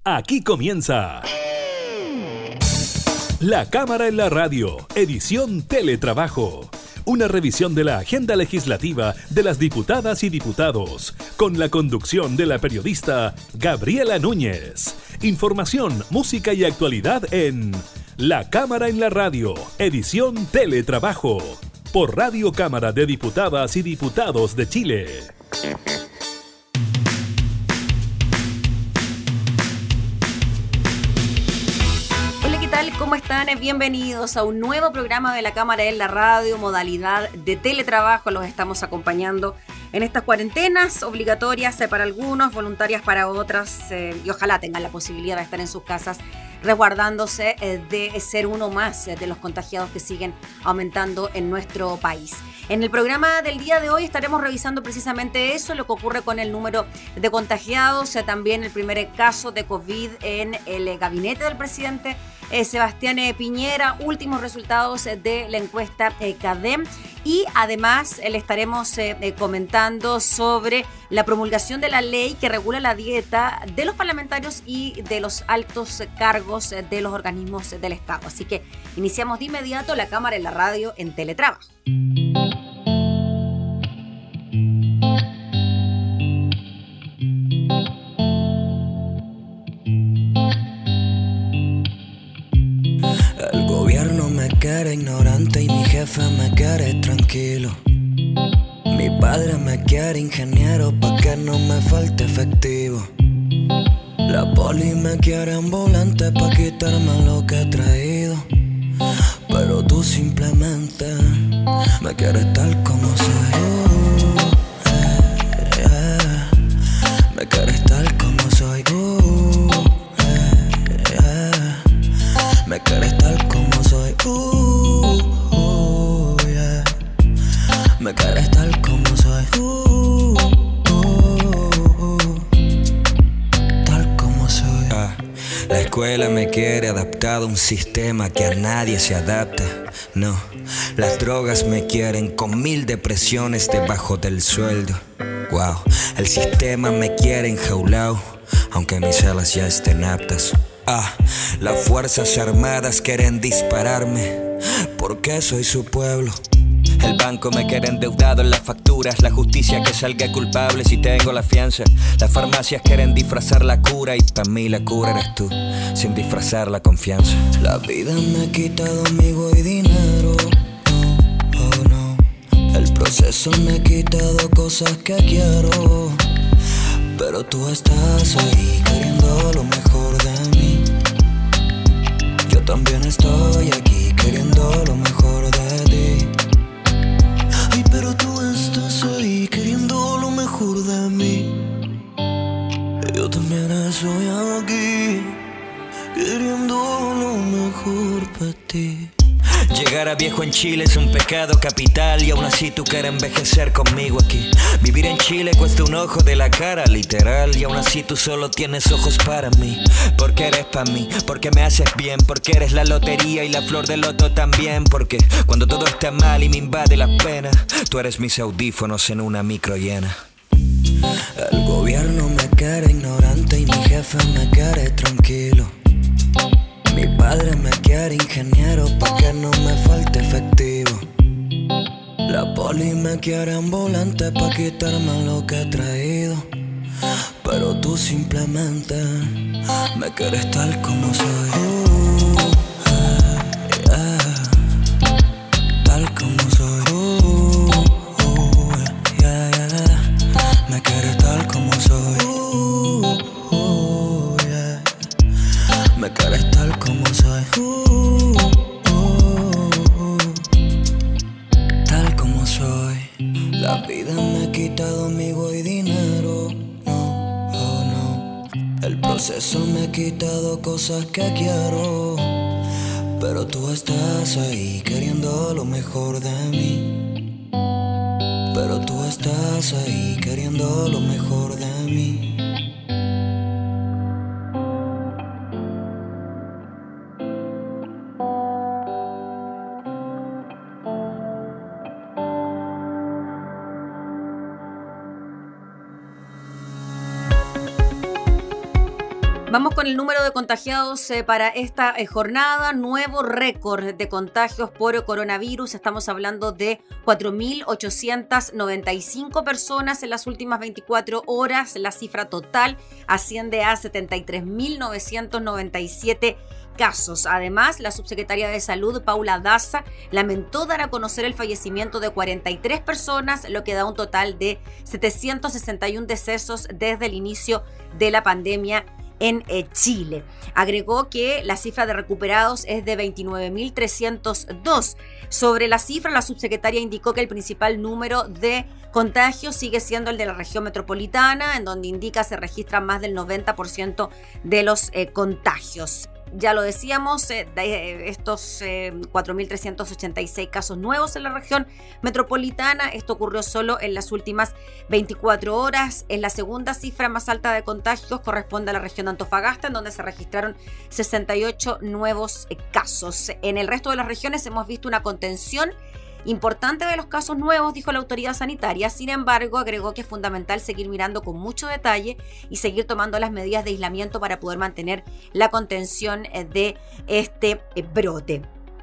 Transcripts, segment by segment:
Aquí comienza La Cámara en la Radio, edición Teletrabajo. Una revisión de la agenda legislativa de las diputadas y diputados, con la conducción de la periodista Gabriela Núñez. Información, música y actualidad en La Cámara en la Radio, edición Teletrabajo, por Radio Cámara de Diputadas y Diputados de Chile. ¿Cómo están? Bienvenidos a un nuevo programa de la Cámara en la Radio, modalidad de teletrabajo. Los estamos acompañando en estas cuarentenas obligatorias para algunos, voluntarias para otras, y ojalá tengan la posibilidad de estar en sus casas resguardándose de ser uno más de los contagiados que siguen aumentando en nuestro país. En el programa del día de hoy estaremos revisando precisamente eso, lo que ocurre con el número de contagiados, también el primer caso de COVID en el gabinete del presidente Sebastián Piñera, últimos resultados de la encuesta CADEM, y además le estaremos comentando sobre la promulgación de la ley que regula la dieta de los parlamentarios y de los altos cargos de los organismos del Estado. Así que iniciamos de inmediato La Cámara en la Radio en teletrabajo. El gobierno me quiere ignorante y mi jefe me quiere tranquilo. Mi padre me quiere ingeniero pa' que no me falte efectivo. La poli me quiere ambulante pa' quitarme lo que he traído. Pero tú simplemente me quieres tal como soy. Me quieres tal como soy. Me quieres tal como soy. Yeah. Me quieres tal como soy. Tal como soy. La escuela me quiere adaptado a un sistema que a nadie se adapta. No, las drogas me quieren con 1000 depresiones debajo del sueldo. Wow, el sistema me quiere enjaulado, aunque mis alas ya estén aptas. Las fuerzas armadas quieren dispararme porque soy su pueblo. El banco me quiere endeudado en las facturas. La justicia que salga culpable si tengo la fianza. Las farmacias quieren disfrazar la cura y para mí la cura eres tú, sin disfrazar la confianza. La vida me ha quitado amigo y dinero. Oh no. El proceso me ha quitado cosas que quiero. Pero tú estás ahí queriendo lo mejor de mí. Yo también estoy aquí queriendo lo mejor de ti. Ay, pero tú estás ahí queriendo lo mejor de mí. Yo también estoy aquí queriendo lo mejor para ti. Llegar a viejo en Chile es un pecado capital y aún así tú quieres envejecer conmigo aquí. Vivir en Chile cuesta un ojo de la cara, literal, y aún así tú solo tienes ojos para mí. Porque eres para mí, porque me haces bien, porque eres la lotería y la flor del loto también. Porque cuando todo está mal y me invade la pena, tú eres mis audífonos en una micro llena. El gobierno me quiere ignorante y mi jefe me quiere tranquilo. Mi padre me quiere ingeniero pa' que no me falte efectivo. La poli me quiere ambulante pa' quitarme lo que he traído. Pero tú simplemente me quieres tal como soy. Tal como soy. Me quieres tal como soy. Me quieres tal como soy. Tal como soy. La vida me ha quitado amigo y dinero. No, oh no. El proceso me ha quitado cosas que quiero. Pero tú estás ahí queriendo lo mejor de mí. Pero tú estás ahí queriendo lo mejor de mí. Vamos con el número de contagiados para esta jornada. Nuevo récord de contagios por coronavirus. Estamos hablando de 4.895 personas en las últimas 24 horas. La cifra total asciende a 73.997 casos. Además, la subsecretaria de Salud, Paula Daza, lamentó dar a conocer el fallecimiento de 43 personas, lo que da un total de 761 decesos desde el inicio de la pandemia en Chile. Agregó que la cifra de recuperados es de 29.302. Sobre la cifra, la subsecretaria indicó que el principal número de contagios sigue siendo el de la región metropolitana, en donde indica se registran más del 90% de los contagios. Ya lo decíamos, de estos 4.386 casos nuevos en la región metropolitana. Esto ocurrió solo en las últimas 24 horas. Es la segunda cifra más alta de contagios, corresponde a la región de Antofagasta, en donde se registraron 68 nuevos casos. En el resto de las regiones hemos visto una contención importante de los casos nuevos, dijo la autoridad sanitaria. Sin embargo, agregó que es fundamental seguir mirando con mucho detalle y seguir tomando las medidas de aislamiento para poder mantener la contención de este brote.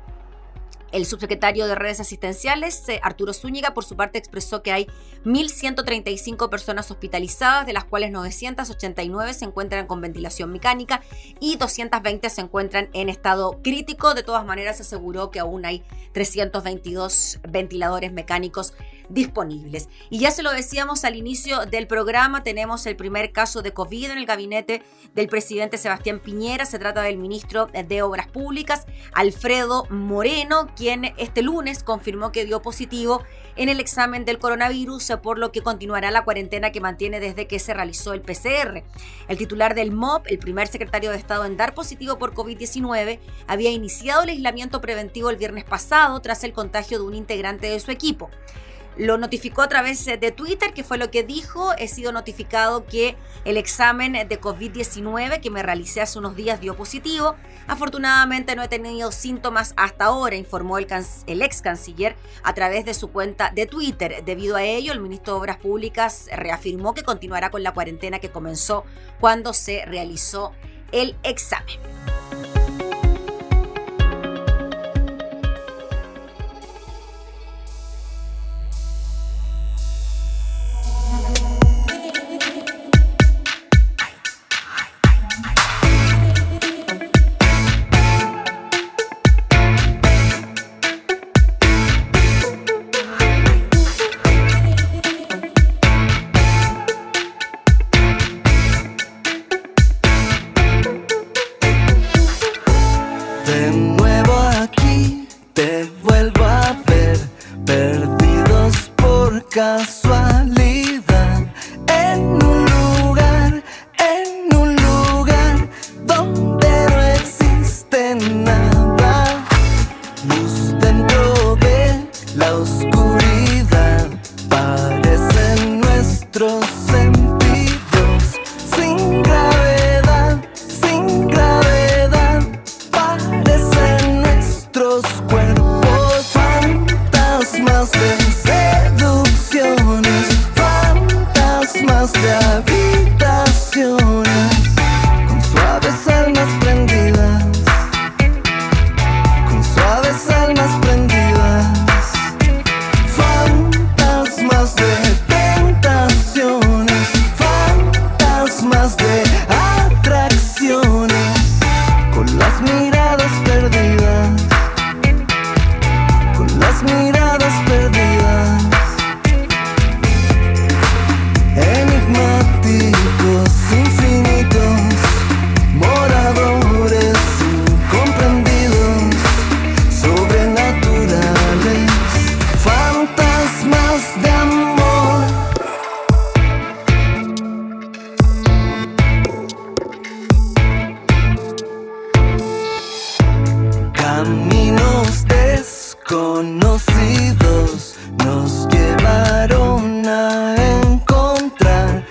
El subsecretario de Redes Asistenciales, Arturo Zúñiga, por su parte expresó que hay 1.135 personas hospitalizadas, de las cuales 989 se encuentran con ventilación mecánica y 220 se encuentran en estado crítico. De todas maneras, aseguró que aún hay 322 ventiladores mecánicos disponibles. Y ya se lo decíamos al inicio del programa, tenemos el primer caso de COVID en el gabinete del presidente Sebastián Piñera. Se trata del ministro de Obras Públicas, Alfredo Moreno, quien este lunes confirmó que dio positivo en el examen del coronavirus, por lo que continuará la cuarentena que mantiene desde que se realizó el PCR. El titular del MOP, el primer secretario de Estado en dar positivo por COVID-19, había iniciado el aislamiento preventivo el viernes pasado tras el contagio de un integrante de su equipo. Lo notificó a través de Twitter, que fue lo que dijo: he sido notificado que el examen de COVID-19 que me realicé hace unos días dio positivo. Afortunadamente no he tenido síntomas hasta ahora, informó el ex canciller a través de su cuenta de Twitter. Debido a ello, el ministro de Obras Públicas reafirmó que continuará con la cuarentena que comenzó cuando se realizó el examen. Casualidad, en un lugar donde no existe nada, luz dentro de la oscuridad, parecen nuestros sentidos, sin gravedad, parecen nuestros cuerpos, fantasmas de fantasmas de habitaciones, con suaves almas prendidas, con suaves almas prendidas, fantasmas de tentaciones, fantasmas de atracciones, con las miradas perdidas, con las miradas perdidas. Enigmáticos, infinitos, moradores incomprendidos, sobrenaturales, fantasmas de amor. Caminos desconocidos nos llevaron a encontrar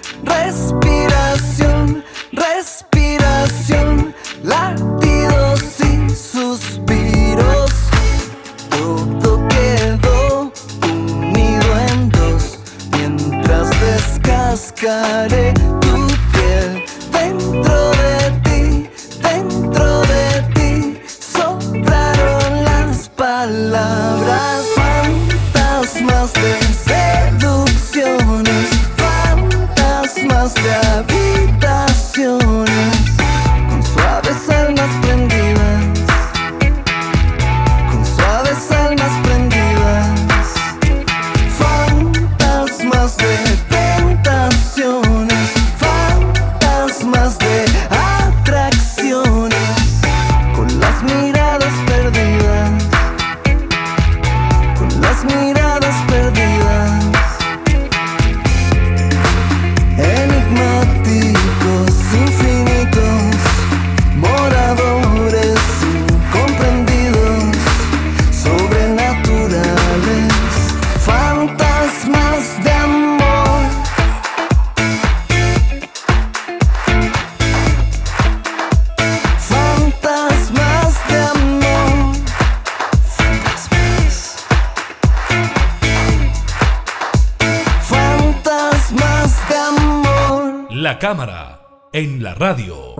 respiración, latidos y suspiros. Todo quedó unido en dos mientras descascaré tu piel dentro de ti. La cámara en la radio.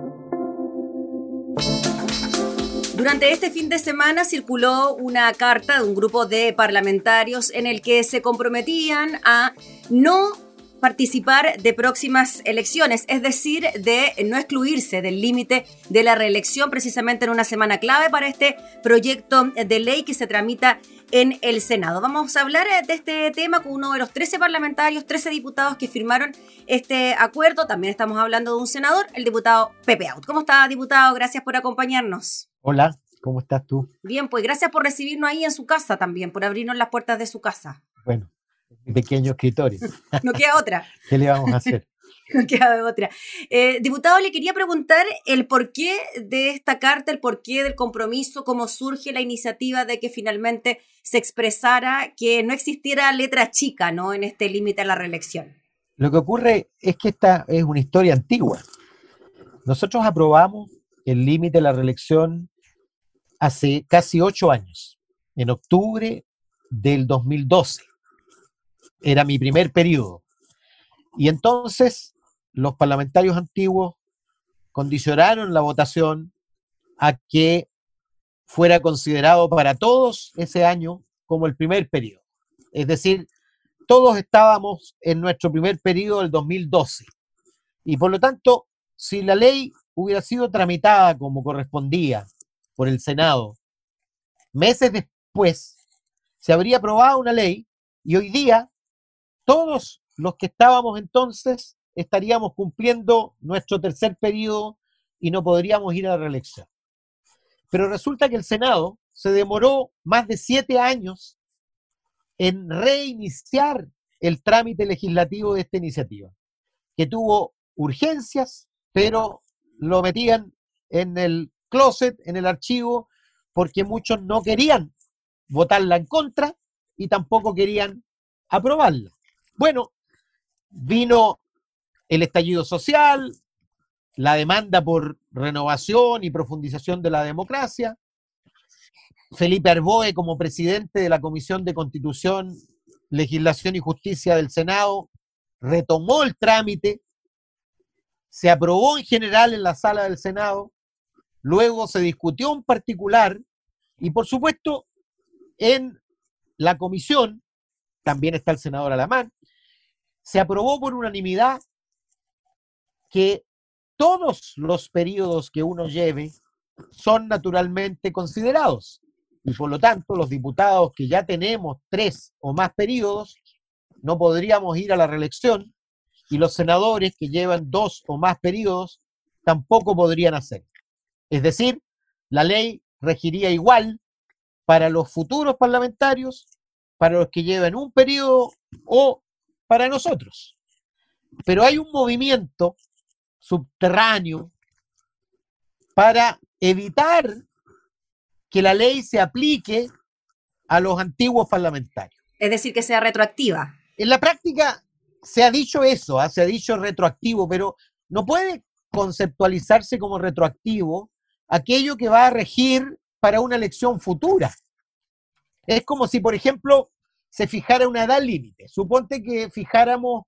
Durante este fin de semana circuló una carta de un grupo de parlamentarios en el que se comprometían a no participar de próximas elecciones, es decir, de no excluirse del límite de la reelección precisamente en una semana clave para este proyecto de ley que se tramita en el Senado. Vamos a hablar de este tema con uno de los 13 parlamentarios, 13 diputados que firmaron este acuerdo. También estamos hablando de un senador, el diputado Pepe Out. ¿Cómo está, diputado? Gracias por acompañarnos. Hola, ¿cómo estás tú? Bien, pues gracias por recibirnos ahí en su casa también, por abrirnos las puertas de su casa. Bueno, mi pequeño escritorio. No queda otra. ¿Qué le vamos a hacer? No queda de otra. Diputado, le quería preguntar el porqué de esta carta, el porqué del compromiso, cómo surge la iniciativa de que finalmente se expresara que no existiera letra chica, ¿no?, en este límite a la reelección. Lo que ocurre es que esta es una historia antigua. Nosotros aprobamos el límite de la reelección hace casi 8 años, en octubre del 2012. Era mi primer periodo. Y entonces los parlamentarios antiguos condicionaron la votación a que fuera considerado para todos ese año como el primer periodo. Es decir, todos estábamos en nuestro primer periodo del 2012. Y por lo tanto, si la ley hubiera sido tramitada como correspondía por el Senado, meses después se habría aprobado una ley y hoy día todos los que estábamos entonces estaríamos cumpliendo nuestro tercer periodo y no podríamos ir a la reelección. Pero resulta que el Senado se demoró más de 7 años en reiniciar el trámite legislativo de esta iniciativa, que tuvo urgencias, pero lo metían en el closet, en el archivo, porque muchos no querían votarla en contra y tampoco querían aprobarla. Bueno, vino el estallido social, la demanda por renovación y profundización de la democracia. Felipe Arboe, como presidente de la Comisión de Constitución, Legislación y Justicia del Senado, retomó el trámite, se aprobó en general en la sala del Senado, luego se discutió en particular y, por supuesto, en la comisión, también está el senador Alamán, se aprobó por unanimidad que todos los periodos que uno lleve son naturalmente considerados y por lo tanto los diputados que ya tenemos 3 o más periodos no podríamos ir a la reelección y los senadores que llevan 2 o más periodos tampoco podrían hacerlo. Es decir, la ley regiría igual para los futuros parlamentarios, para los que lleven un periodo o para nosotros. Pero hay un movimiento subterráneo para evitar que la ley se aplique a los antiguos parlamentarios. Es decir, que sea retroactiva. En la práctica se ha dicho eso, se ha dicho retroactivo, pero no puede conceptualizarse como retroactivo aquello que va a regir para una elección futura. Es como si, por ejemplo, se fijara una edad límite. Suponte que fijáramos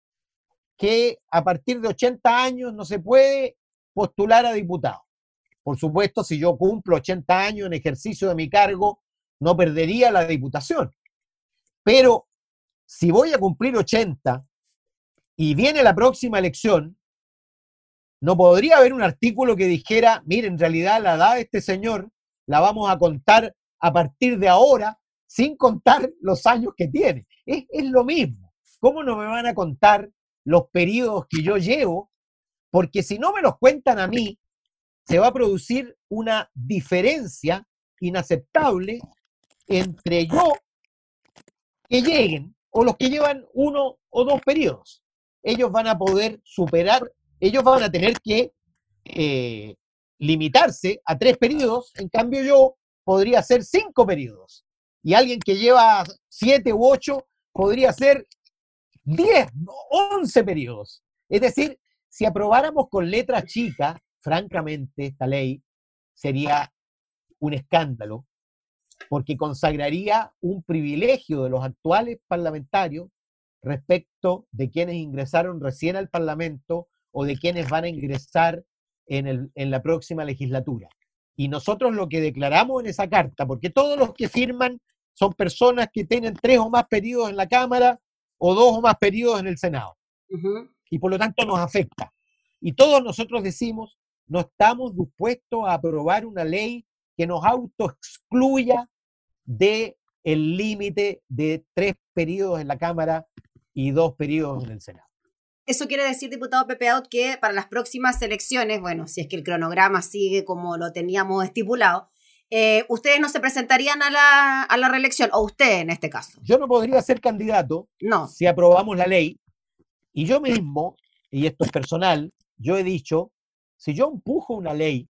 que a partir de 80 años no se puede postular a diputado. Por supuesto, si yo cumplo 80 años en ejercicio de mi cargo, no perdería la diputación. Pero si voy a cumplir 80 y viene la próxima elección, no podría haber un artículo que dijera, mire, en realidad la edad de este señor la vamos a contar a partir de ahora, sin contar los años que tiene. Es lo mismo. ¿Cómo no me van a contar los periodos que yo llevo? Porque si no me los cuentan a mí, se va a producir una diferencia inaceptable entre yo que lleguen o los que llevan 1 o 2 periodos. Ellos van a poder superar, ellos van a tener que limitarse a 3 periodos, en cambio yo podría hacer 5 periodos. Y alguien que lleva 7 u 8 podría hacer 10, 11 periodos. Es decir, si aprobáramos con letra chica, francamente, esta ley sería un escándalo, porque consagraría un privilegio de los actuales parlamentarios respecto de quienes ingresaron recién al Parlamento o de quienes van a ingresar en la próxima legislatura. Y nosotros lo que declaramos en esa carta, porque todos los que firman son personas que tienen 3 o más periodos en la Cámara o 2 o más periodos en el Senado. Y por lo tanto nos afecta. Y todos nosotros decimos, no estamos dispuestos a aprobar una ley que nos autoexcluya del límite de 3 periodos en la Cámara y 2 periodos en el Senado. Eso quiere decir, diputado Pepe Out, que para las próximas elecciones, bueno, si es que el cronograma sigue como lo teníamos estipulado, ustedes no se presentarían a la reelección, o usted en este caso. Yo no podría ser candidato si aprobamos la ley, y yo mismo, y esto es personal, yo he dicho, si yo empujo una ley,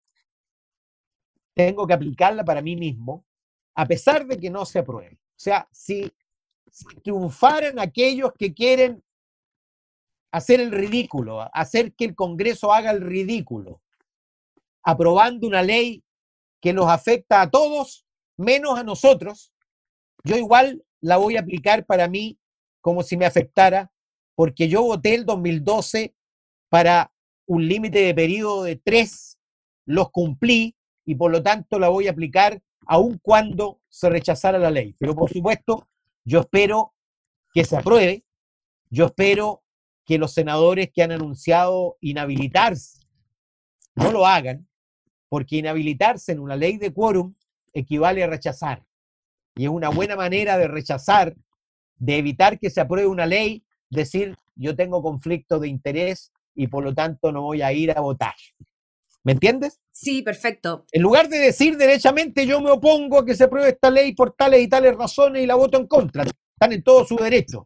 tengo que aplicarla para mí mismo, a pesar de que no se apruebe. O sea, si triunfaran aquellos que quieren hacer el ridículo, hacer que el Congreso haga el ridículo, aprobando una ley que nos afecta a todos, menos a nosotros, yo igual la voy a aplicar para mí como si me afectara, porque yo voté el 2012 para un límite de periodo de 3, los cumplí y por lo tanto la voy a aplicar aun cuando se rechazara la ley. Pero por supuesto, yo espero que se apruebe, yo espero que los senadores que han anunciado inhabilitarse no lo hagan, porque inhabilitarse en una ley de quórum equivale a rechazar. Y es una buena manera de rechazar, de evitar que se apruebe una ley, decir, yo tengo conflicto de interés y por lo tanto no voy a ir a votar. ¿Me entiendes? Sí, perfecto. En lugar de decir derechamente, yo me opongo a que se apruebe esta ley por tales y tales razones y la voto en contra. Están en todo su derecho.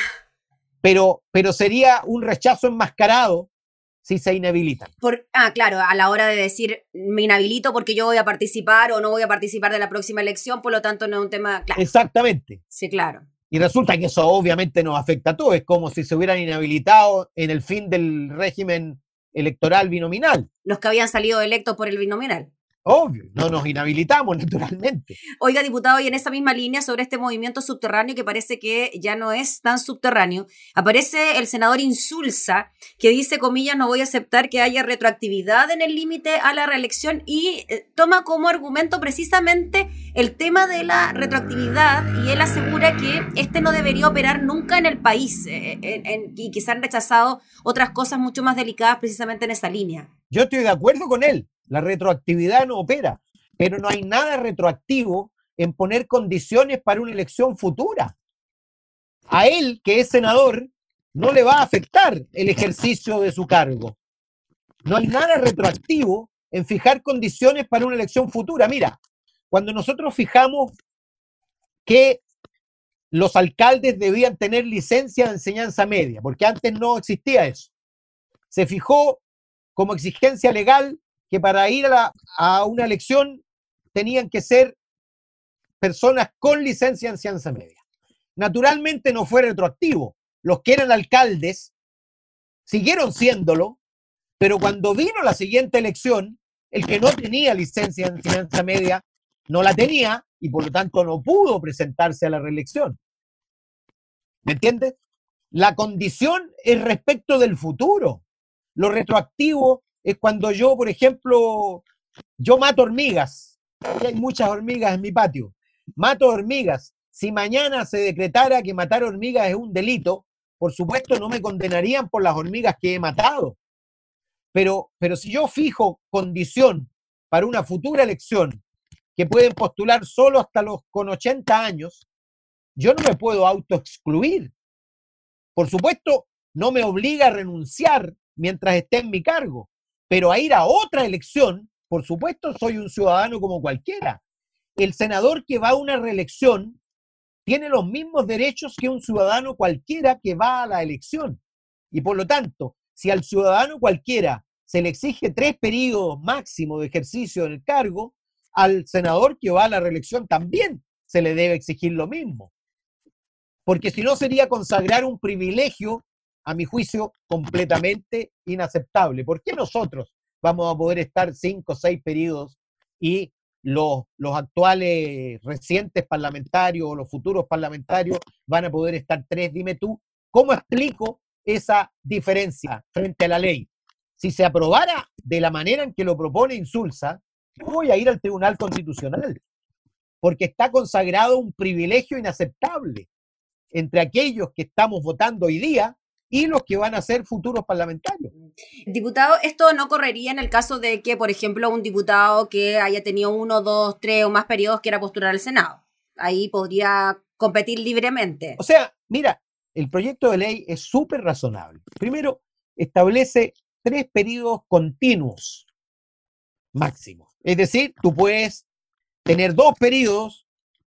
Pero sería un rechazo enmascarado si se inhabilitan. Claro, a la hora de decir me inhabilito porque yo voy a participar o no voy a participar de la próxima elección, por lo tanto no es un tema claro. Exactamente. Sí, claro. Y resulta que eso obviamente nos afecta a todos, es como si se hubieran inhabilitado en el fin del régimen electoral binominal. Los que habían salido electos por el binominal. Obvio, no nos inhabilitamos naturalmente. Oiga, diputado, y en esa misma línea sobre este movimiento subterráneo que parece que ya no es tan subterráneo, aparece el senador Insulza que dice, comillas, no voy a aceptar que haya retroactividad en el límite a la reelección y toma como argumento precisamente el tema de la retroactividad y él asegura que este no debería operar nunca en el país y que se han rechazado otras cosas mucho más delicadas precisamente en esa línea. Yo estoy de acuerdo con él. La retroactividad no opera, pero no hay nada retroactivo en poner condiciones para una elección futura. A él, que es senador, no le va a afectar el ejercicio de su cargo. No hay nada retroactivo en fijar condiciones para una elección futura. Mira, cuando nosotros fijamos que los alcaldes debían tener licencia de enseñanza media, porque antes no existía eso, se fijó como exigencia legal que para ir a una elección tenían que ser personas con licencia de enseñanza media. Naturalmente no fue retroactivo. Los que eran alcaldes siguieron siéndolo, pero cuando vino la siguiente elección, el que no tenía licencia de enseñanza media no la tenía y por lo tanto no pudo presentarse a la reelección. ¿Me entiendes? La condición es respecto del futuro. Lo retroactivo es cuando yo, por ejemplo, yo mato hormigas, y hay muchas hormigas en mi patio, mato hormigas. Si mañana se decretara que matar hormigas es un delito, por supuesto no me condenarían por las hormigas que he matado. Pero si yo fijo condición para una futura elección que pueden postular solo hasta los con 80 años, yo no me puedo autoexcluir. Por supuesto, no me obliga a renunciar mientras esté en mi cargo, pero a ir a otra elección, por supuesto, soy un ciudadano como cualquiera. El senador que va a una reelección tiene los mismos derechos que un ciudadano cualquiera que va a la elección. Y por lo tanto, si al ciudadano cualquiera se le exige 3 periodos máximo de ejercicio en el cargo, al senador que va a la reelección también se le debe exigir lo mismo. Porque si no sería consagrar un privilegio, a mi juicio, completamente inaceptable. ¿Por qué nosotros vamos a poder estar 5 o 6 periodos y los actuales recientes parlamentarios o los futuros parlamentarios van a poder estar 3? Dime tú, ¿cómo explico esa diferencia frente a la ley? Si se aprobara de la manera en que lo propone Insulza, yo voy a ir al Tribunal Constitucional, porque está consagrado un privilegio inaceptable entre aquellos que estamos votando hoy día y los que van a ser futuros parlamentarios. Diputado, esto no correría en el caso de que, por ejemplo, un diputado que haya tenido 1, 2, 3 o más periodos quiera postular al Senado. Ahí podría competir libremente. O sea, mira, el proyecto de ley es súper razonable. Primero, establece 3 periodos continuos máximos. Es decir, tú puedes tener 2 periodos,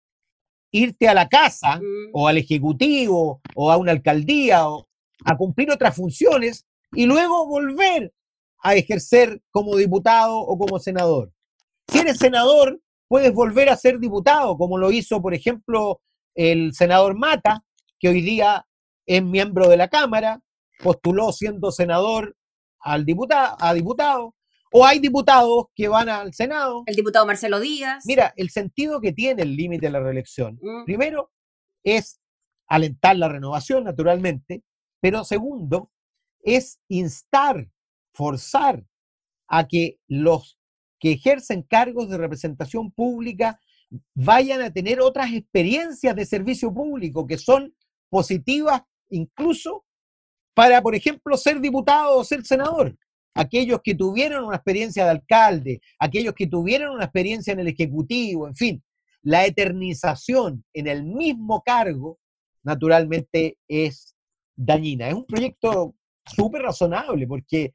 irte a la casa o al ejecutivo o a una alcaldía o a cumplir otras funciones y luego volver a ejercer como diputado o como senador. Si eres senador, puedes volver a ser diputado, como lo hizo, por ejemplo, el senador Mata, que hoy día es miembro de la Cámara, postuló siendo senador a diputado, o hay diputados que van al Senado. El diputado Marcelo Díaz. Mira, el sentido que tiene el límite de la reelección, primero, es alentar la renovación, naturalmente, pero segundo, es instar, forzar a que los que ejercen cargos de representación pública vayan a tener otras experiencias de servicio público que son positivas incluso para, por ejemplo, ser diputado o ser senador. Aquellos que tuvieron una experiencia de alcalde, aquellos que tuvieron una experiencia en el Ejecutivo, en fin, la eternización en el mismo cargo, naturalmente, es dañina. Es un proyecto súper razonable porque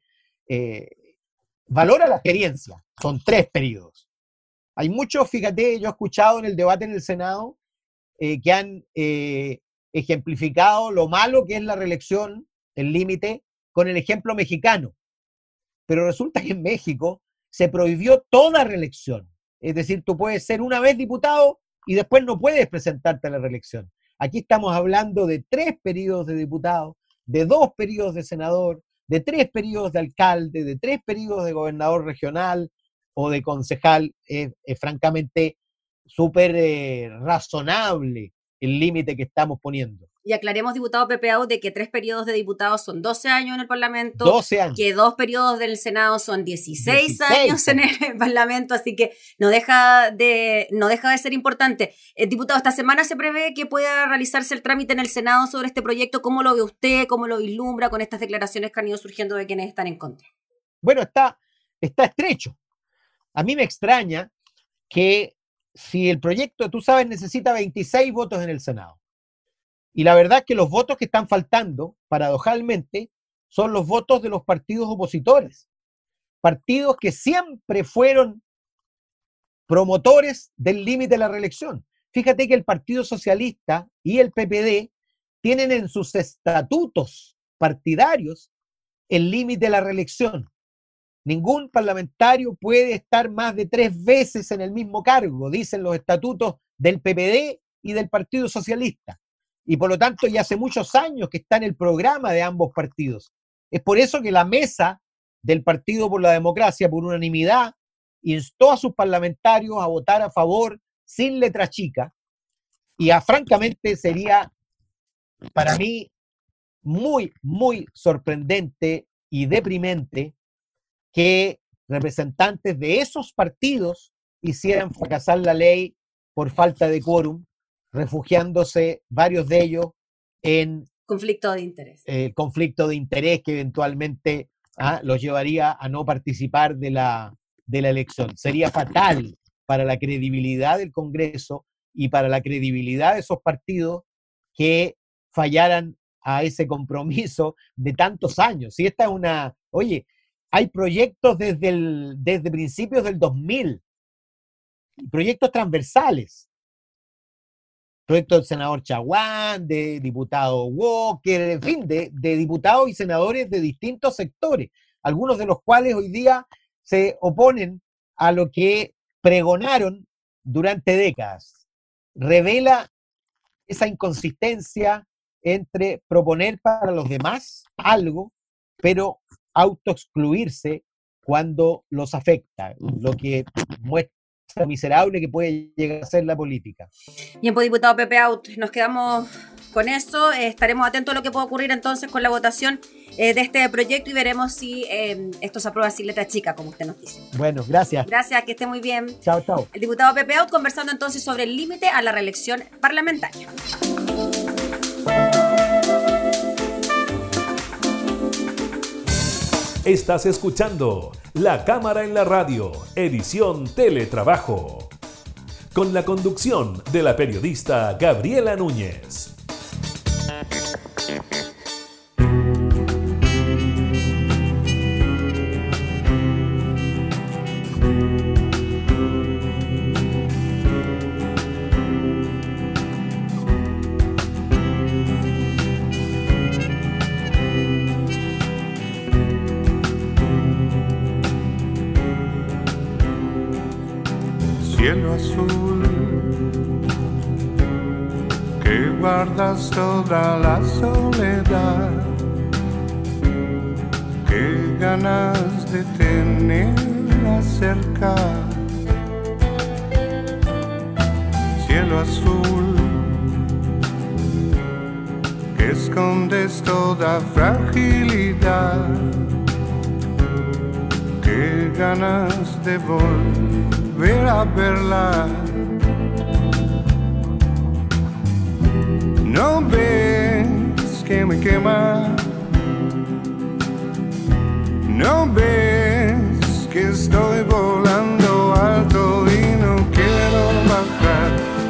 valora la experiencia. Son 3 periodos. Hay muchos, fíjate, yo he escuchado en el debate en el Senado que han ejemplificado lo malo que es la reelección, el límite, con el ejemplo mexicano. Pero resulta que en México se prohibió toda reelección. Es decir, tú puedes ser una vez diputado y después no puedes presentarte a la reelección. Aquí estamos hablando de 3 periodos de diputado, de 2 periodos de senador, de 3 periodos de alcalde, de 3 periodos de gobernador regional o de concejal. Es francamente súper razonable el límite que estamos poniendo. Y aclaremos, diputado Pepe Out, de que 3 periodos de diputados son 12 años en el Parlamento. 12 años. Que 2 periodos del Senado son 16 años en el Parlamento, así que no deja de ser importante. Diputado, esta semana se prevé que pueda realizarse el trámite en el Senado sobre este proyecto. ¿Cómo lo ve usted? ¿Cómo lo vislumbra con estas declaraciones que han ido surgiendo de quienes están en contra? Bueno, está estrecho. A mí me extraña que si el proyecto, tú sabes, necesita 26 votos en el Senado. Y la verdad es que los votos que están faltando, paradojalmente, son los votos de los partidos opositores. Partidos que siempre fueron promotores del límite de la reelección. Fíjate que el Partido Socialista y el PPD tienen en sus estatutos partidarios el límite de la reelección. Ningún parlamentario puede estar más de 3 veces en el mismo cargo, dicen los estatutos del PPD y del Partido Socialista. Y por lo tanto ya hace muchos años que está en el programa de ambos partidos. Es por eso que la mesa del Partido por la Democracia, por unanimidad, instó a sus parlamentarios a votar a favor sin letra chica. Y francamente sería para mí muy, muy sorprendente y deprimente que representantes de esos partidos hicieran fracasar la ley por falta de quórum, refugiándose varios de ellos en conflicto de interés. Conflicto de interés que eventualmente los llevaría a no participar de la elección. Sería fatal para la credibilidad del Congreso y para la credibilidad de esos partidos que fallaran a ese compromiso de tantos años. Si esta es oye, hay proyectos desde principios del 2000, proyectos transversales. Proyecto del senador Chaguán, de diputado Walker, en fin, de diputados y senadores de distintos sectores, algunos de los cuales hoy día se oponen a lo que pregonaron durante décadas. Revela esa inconsistencia entre proponer para los demás algo, pero autoexcluirse cuando los afecta, lo que muestra miserable que puede llegar a ser la política. Bien, pues, diputado Pepe Out, nos quedamos con eso estaremos atentos a lo que pueda ocurrir entonces con la votación de este proyecto y veremos si esto se aprueba sin letra chica, como usted nos dice. Bueno, gracias. Gracias, que esté muy bien. Chao, chao. El diputado Pepe Out conversando entonces sobre el límite a la reelección parlamentaria. Estás escuchando La Cámara en la Radio, edición Teletrabajo, con la conducción de la periodista Gabriela Núñez. Cielo azul, que guardas toda la soledad, qué ganas de tenerla cerca. Cielo azul, que escondes toda fragilidad, qué ganas de volver a verla. No ves que me quema, no ves que estoy volando alto y no quiero bajar.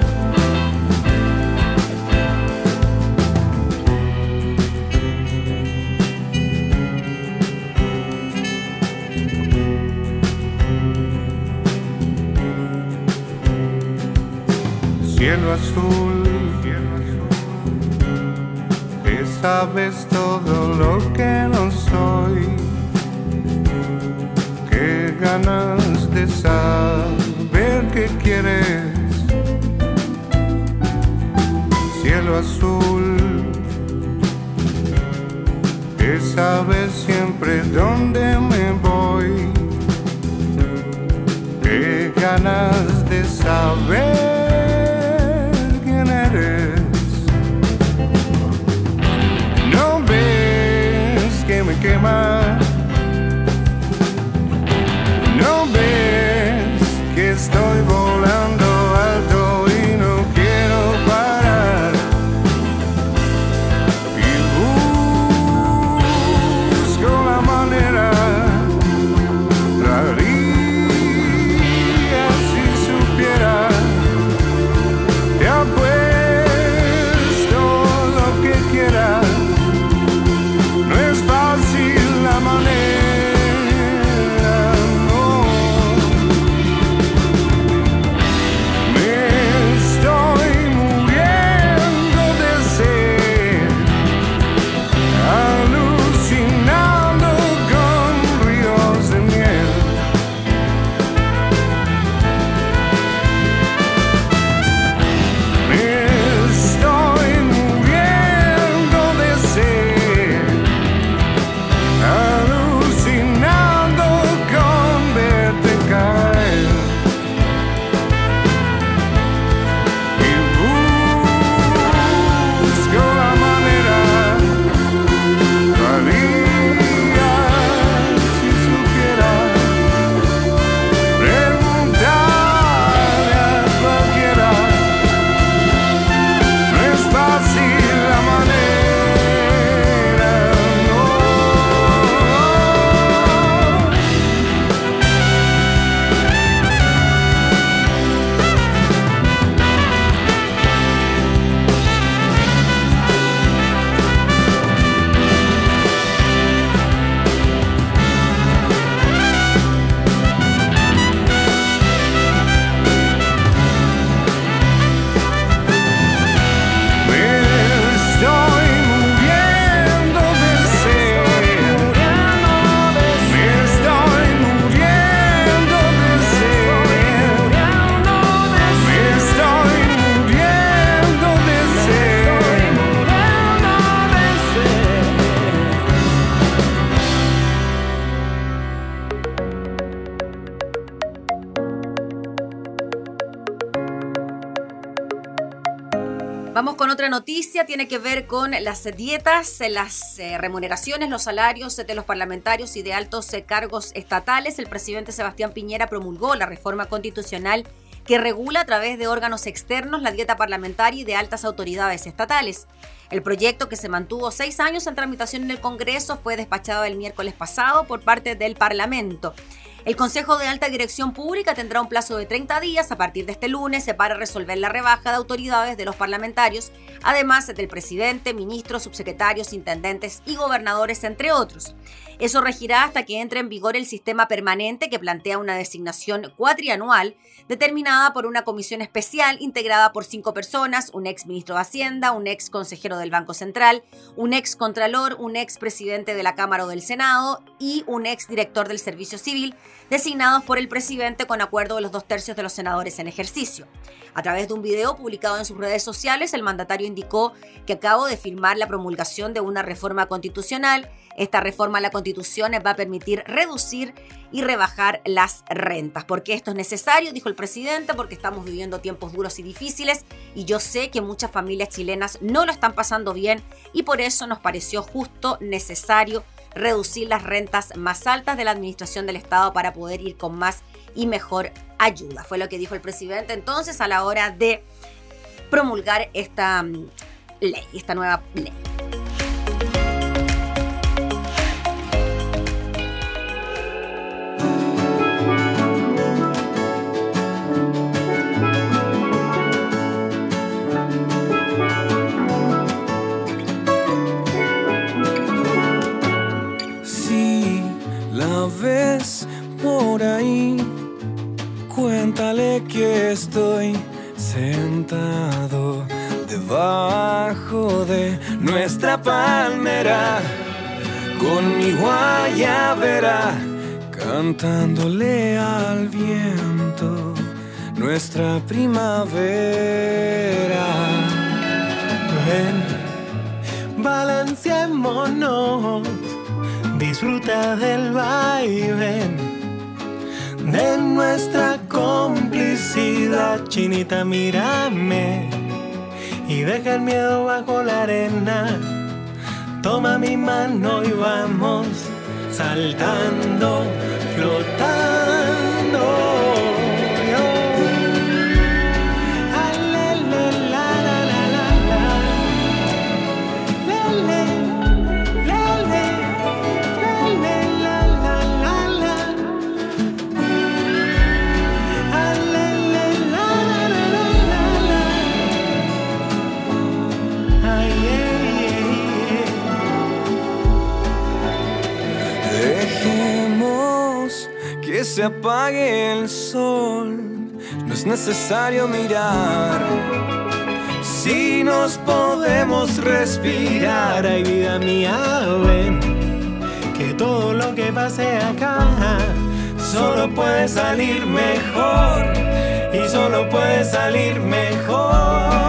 Cielo azul, que sabes todo lo que no soy, qué ganas de saber qué quieres. Cielo azul, que sabes siempre dónde me voy, qué ganas de saber eres. No ves que me quema, no ves que estoy volando alto y no quiero parar. Y busco la manera, traería si supiera Vamos con otra noticia, tiene que ver con las dietas, las remuneraciones, los salarios de los parlamentarios y de altos cargos estatales. El presidente Sebastián Piñera promulgó la reforma constitucional que regula a través de órganos externos la dieta parlamentaria y de altas autoridades estatales. El proyecto, que se mantuvo 6 años en tramitación en el Congreso, fue despachado el miércoles pasado por parte del Parlamento. El Consejo de Alta Dirección Pública tendrá un plazo de 30 días a partir de este lunes para resolver la rebaja de autoridades de los parlamentarios, además del presidente, ministros, subsecretarios, intendentes y gobernadores, entre otros. Eso regirá hasta que entre en vigor el sistema permanente, que plantea una designación cuatrianual determinada por una comisión especial integrada por 5 personas, un ex ministro de Hacienda, un ex consejero del Banco Central, un ex contralor, un ex presidente de la Cámara o del Senado y un ex director del Servicio Civil, designados por el presidente con acuerdo de los 2/3 de los senadores en ejercicio. A través de un video publicado en sus redes sociales, el mandatario indicó que acabó de firmar la promulgación de una reforma constitucional. Esta reforma a la Constitución va a permitir reducir y rebajar las rentas. ¿Por qué esto es necesario?, dijo el presidente, porque estamos viviendo tiempos duros y difíciles y yo sé que muchas familias chilenas no lo están pasando bien y por eso nos pareció justo, necesario reducir las rentas más altas de la administración del Estado para poder ir con más y mejor ayuda. Fue lo que dijo el presidente entonces a la hora de promulgar esta ley, esta nueva ley. Ves por ahí, cuéntale que estoy sentado debajo de nuestra palmera con mi guayabera, cantándole al viento nuestra primavera. Ven, balanceémonos, disfruta del vaivén de nuestra complicidad. Chinita, mírame y deja el miedo bajo la arena. Toma mi mano y vamos saltando, flotando. Que se apague el sol, no es necesario mirar. Si nos podemos respirar, ay vida mía, ven, que todo lo que pase acá solo puede salir mejor, y solo puede salir mejor.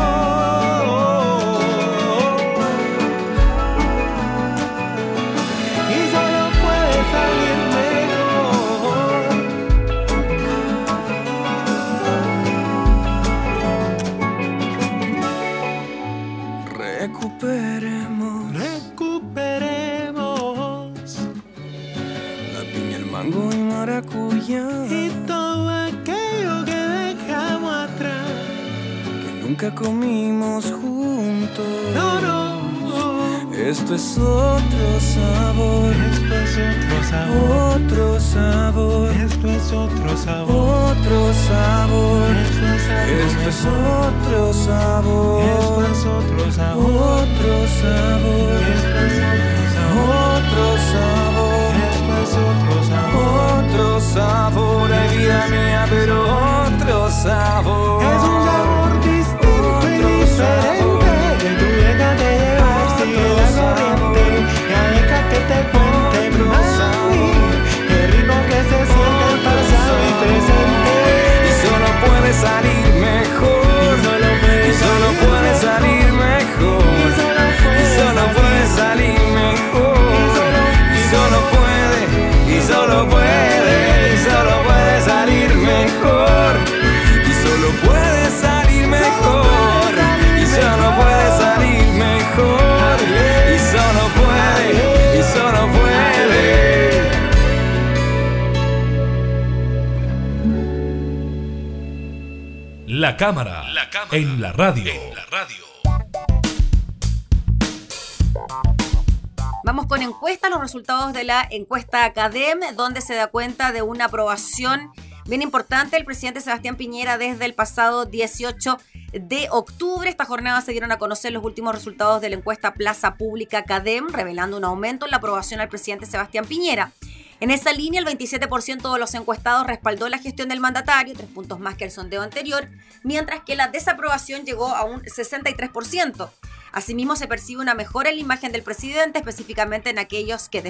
Recuperemos la piña, el mango y maracuyá, y todo aquello que dejamos atrás, que nunca comimos juntos. No, no. Esto es otro sabor. Esto es otro sabor. Otro sabor. Esto es otro sabor. Otro sabor. Esto es otro sabor. Esto es otro sabor. Otro sabor. Esto es otro sabor. Otro sabor. Esto es otro sabor. Otro sabor. Ay, vida mía, pero otro sabor. Es un sabor distinto y diferente. Tú déjate llevar, sigue la corriente. Ya deja que te cuente, mami, qué rico que se siente el pasado y presente. Y solo puede salir mejor. Y solo puede salir mejor. Y solo puede salir mejor. Y solo puede, y solo puede, y solo puede salir mejor. Y solo puede salir mejor. Y solo puede La cámara en la radio. Vamos con encuestas, los resultados de la encuesta CADEM, donde se da cuenta de una aprobación bien importante del presidente Sebastián Piñera desde el pasado 18 de octubre. Esta jornada se dieron a conocer los últimos resultados de la encuesta Plaza Pública CADEM, revelando un aumento en la aprobación al presidente Sebastián Piñera. En esa línea, el 27% de los encuestados respaldó la gestión del mandatario, 3 puntos más que el sondeo anterior, mientras que la desaprobación llegó a un 63%. Asimismo, se percibe una mejora en la imagen del presidente, específicamente en aquellos que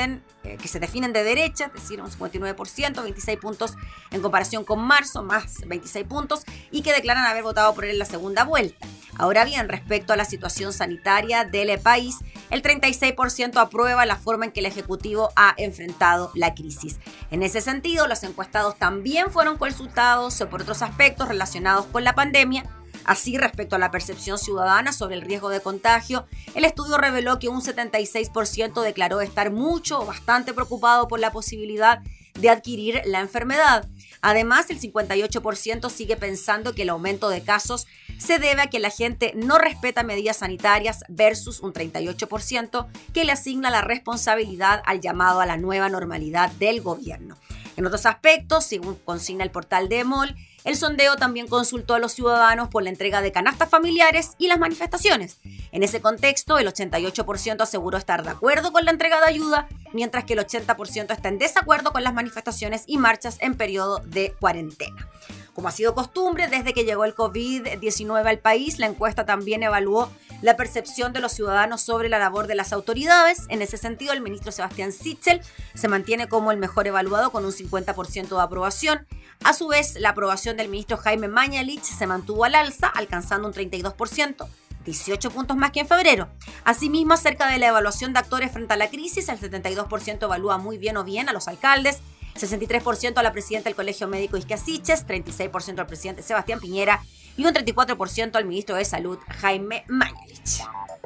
se definen de derecha, es decir, un 59%, 26 puntos en comparación con marzo, más 26 puntos, y que declaran haber votado por él en la segunda vuelta. Ahora bien, respecto a la situación sanitaria del país, el 36% aprueba la forma en que el Ejecutivo ha enfrentado la crisis. En ese sentido, los encuestados también fueron consultados por otros aspectos relacionados con la pandemia. Así, respecto a la percepción ciudadana sobre el riesgo de contagio, el estudio reveló que un 76% declaró estar mucho o bastante preocupado por la posibilidad de adquirir la enfermedad. Además, el 58% sigue pensando que el aumento de casos se debe a que la gente no respeta medidas sanitarias versus un 38% que le asigna la responsabilidad al llamado a la nueva normalidad del gobierno. En otros aspectos, según consigna el portal de EMOL, el sondeo también consultó a los ciudadanos por la entrega de canastas familiares y las manifestaciones. En ese contexto, el 88% aseguró estar de acuerdo con la entrega de ayuda, mientras que el 80% está en desacuerdo con las manifestaciones y marchas en periodo de cuarentena. Como ha sido costumbre, desde que llegó el COVID-19 al país, la encuesta también evaluó la percepción de los ciudadanos sobre la labor de las autoridades. En ese sentido, el ministro Sebastián Sichel se mantiene como el mejor evaluado con un 50% de aprobación. A su vez, la aprobación del ministro Jaime Mañalich se mantuvo al alza, alcanzando un 32%, 18 puntos más que en febrero. Asimismo, acerca de la evaluación de actores frente a la crisis, el 72% evalúa muy bien o bien a los alcaldes, 63% a la presidenta del Colegio Médico Isquia Siches, 36% al presidente Sebastián Piñera y un 34% al ministro de Salud Jaime Mañalich.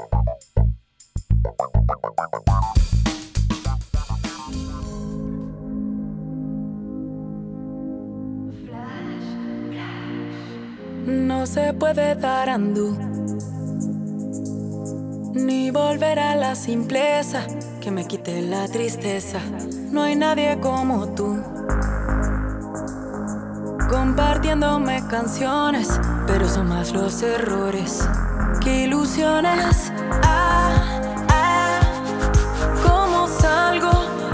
No se puede dar andú, ni volver a la simpleza que me quite la tristeza. No hay nadie como tú, compartiéndome canciones, pero son más los errores que ilusiones. ¿Cómo salgo?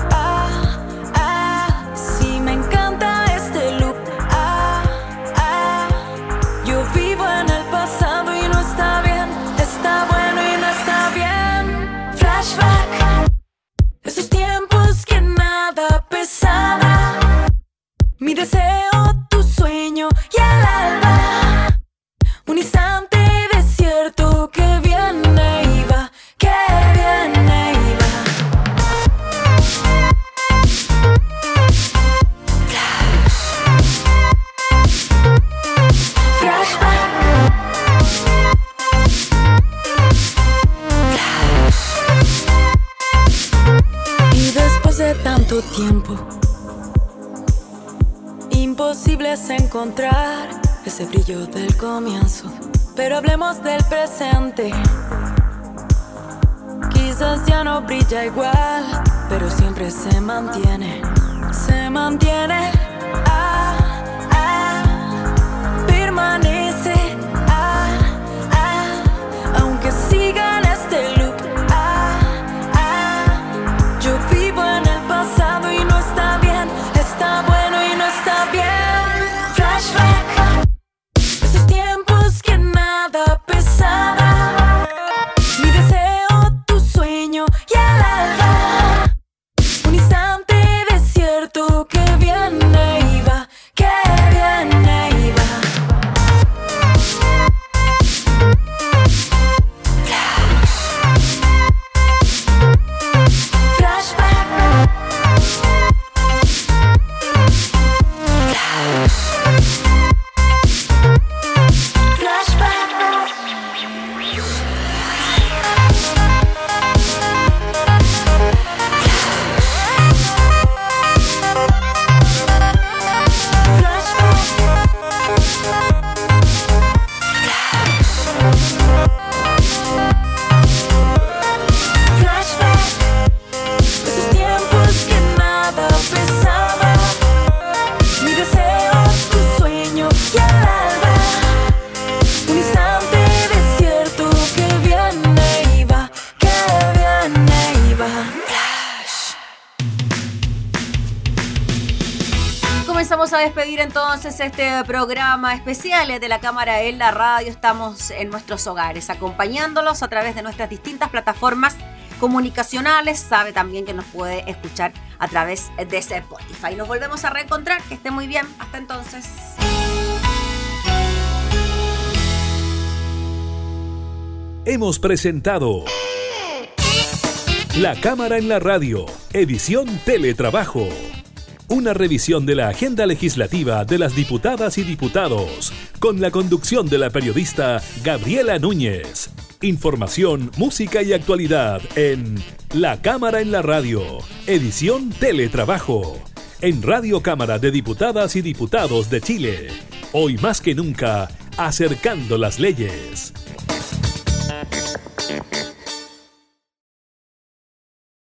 Si me encanta este loop. Yo vivo en el pasado y no está bien, está bueno y no está bien. Flashback, esos tiempos que nada pesaba. Mi deseo, tu sueño y el alba. Un instante desierto que viene y va, que viene y va. Flashback. Y después de tanto tiempo, imposible es encontrar ese brillo del comienzo. Pero hablemos del presente. Quizás ya no brilla igual, pero siempre se mantiene. Se mantiene. Permanece. Aunque siga en este loop. Yo vivo en el pasado y no está bien. Está bueno y no está bien. Flashback, esos tiempos que nada pesaba. Mi deseo, tu sueño y el alba. Un instante desierto que viene Vamos a despedir entonces este programa especial de la Cámara en la Radio. Estamos en nuestros hogares acompañándolos a través de nuestras distintas plataformas comunicacionales. Sabe también que nos puede escuchar a través de Spotify. Nos volvemos a reencontrar. Que esté muy bien. Hasta entonces. Hemos presentado La Cámara en la Radio, edición Teletrabajo. Una revisión de la agenda legislativa de las diputadas y diputados, con la conducción de la periodista Gabriela Núñez. Información, música y actualidad en La Cámara en la Radio, edición Teletrabajo. En Radio Cámara de Diputadas y Diputados de Chile. Hoy más que nunca, acercando las leyes.